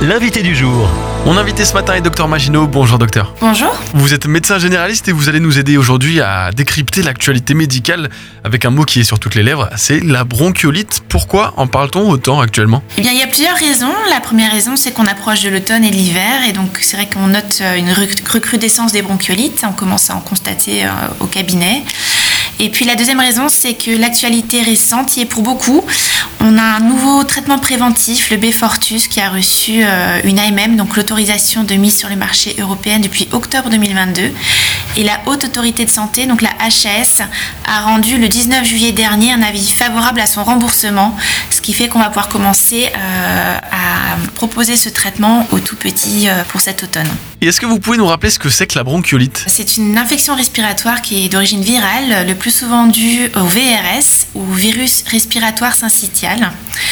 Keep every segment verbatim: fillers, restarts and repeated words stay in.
l'invité du jour. Mon invité ce matin est docteur Maginot. Bonjour docteur. Bonjour. Vous êtes médecin généraliste et vous allez nous aider aujourd'hui à décrypter l'actualité médicale avec un mot qui est sur toutes les lèvres, c'est la bronchiolite. Pourquoi en parle-t-on autant actuellement ? Eh bien, il y a plusieurs raisons. La première raison, c'est qu'on approche de l'automne et de l'hiver et donc c'est vrai qu'on note une recrudescence des bronchiolites. On commence à en constater au cabinet. Et puis la deuxième raison, c'est que l'actualité récente y est pour beaucoup. On a un nouveau traitement préventif, le Beyfortus, qui a reçu euh, une A M M, donc l'autorisation de mise sur le marché européen depuis octobre deux mille vingt-deux. Et la Haute Autorité de Santé, donc la H A S, a rendu le dix-neuf juillet dernier un avis favorable à son remboursement, ce qui fait qu'on va pouvoir commencer euh, à proposer ce traitement aux tout petits euh, pour cet automne. Et est-ce que vous pouvez nous rappeler ce que c'est que la bronchiolite ? C'est une infection respiratoire qui est d'origine virale, le plus souvent due au V R S ou virus respiratoire syncytial.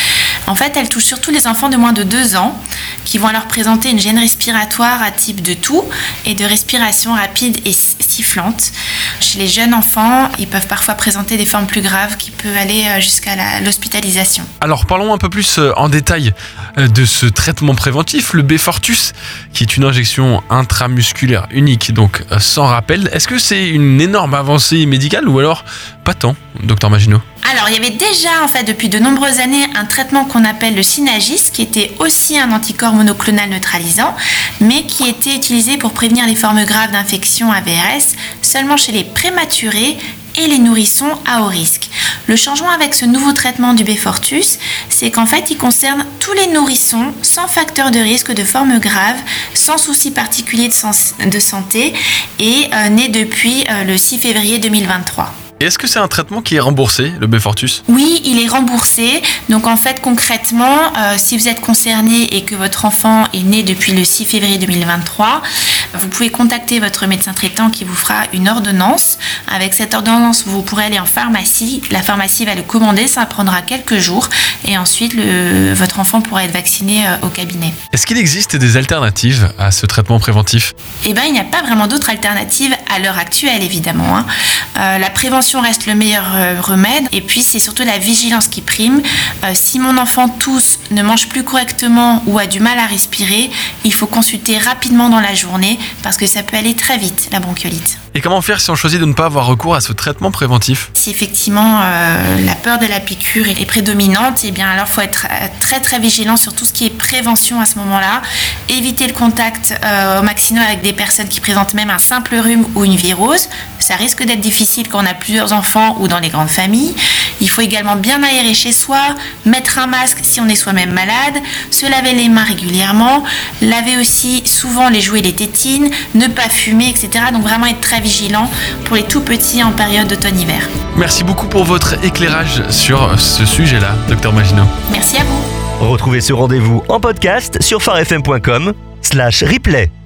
En fait, elle touche surtout les enfants de moins de deux ans qui vont alors présenter une gêne respiratoire à type de toux et de respiration rapide et sifflante. Chez les jeunes enfants, ils peuvent parfois présenter des formes plus graves qui peuvent aller jusqu'à la, l'hospitalisation. Alors parlons un peu plus en détail de ce traitement préventif, le Beyfortus, qui est une injection intramusculaire unique, donc sans rappel. Est-ce que c'est une énorme avancée médicale ou alors pas tant, docteur Maginot ? Alors, il y avait déjà, en fait, depuis de nombreuses années, un traitement qu'on appelle le Synagis, qui était aussi un anticorps monoclonal neutralisant, mais qui était utilisé pour prévenir les formes graves d'infection à V R S seulement chez les prématurés et les nourrissons à haut risque. Le changement avec ce nouveau traitement du Beyfortus, c'est qu'en fait, il concerne tous les nourrissons sans facteur de risque de forme grave, sans souci particulier de, sens- de santé et euh, né depuis euh, le six février deux mille vingt-trois. Et est-ce que c'est un traitement qui est remboursé, le Beyfortus ? Oui, il est remboursé. Donc en fait, concrètement, euh, si vous êtes concerné et que votre enfant est né depuis le six février deux mille vingt-trois, vous pouvez contacter votre médecin traitant qui vous fera une ordonnance. Avec cette ordonnance, vous pourrez aller en pharmacie. La pharmacie va le commander, ça prendra quelques jours. Et ensuite, le, votre enfant pourra être vacciné euh, au cabinet. Est-ce qu'il existe des alternatives à ce traitement préventif ? Eh bien, il n'y a pas vraiment d'autres alternatives à l'heure actuelle, évidemment. Hein. Euh, la prévention reste le meilleur euh, remède. Et puis, c'est surtout la vigilance qui prime. Euh, si mon enfant tousse, ne mange plus correctement ou a du mal à respirer, il faut consulter rapidement dans la journée parce que ça peut aller très vite, la bronchiolite. Et comment faire si on choisit de ne pas avoir recours à ce traitement préventif ? Si effectivement euh, la peur de la piqûre est prédominante, eh bien alors il faut être très très vigilant sur tout ce qui est prévention à ce moment-là. Éviter le contact euh, au maximum avec des personnes qui présentent même un simple rhume ou une virose. Ça risque d'être difficile quand on a plusieurs enfants ou dans les grandes familles. Il faut également bien aérer chez soi, mettre un masque si on est soi-même malade, se laver les mains régulièrement, laver aussi souvent les jouets et les tétines, ne pas fumer, et cetera. Donc vraiment être très vigilant pour les tout petits en période d'automne-hiver. Merci beaucoup pour votre éclairage sur ce sujet-là, docteur Maginot. Merci à vous. Retrouvez ce rendez-vous en podcast sur phare f m point com slash replay.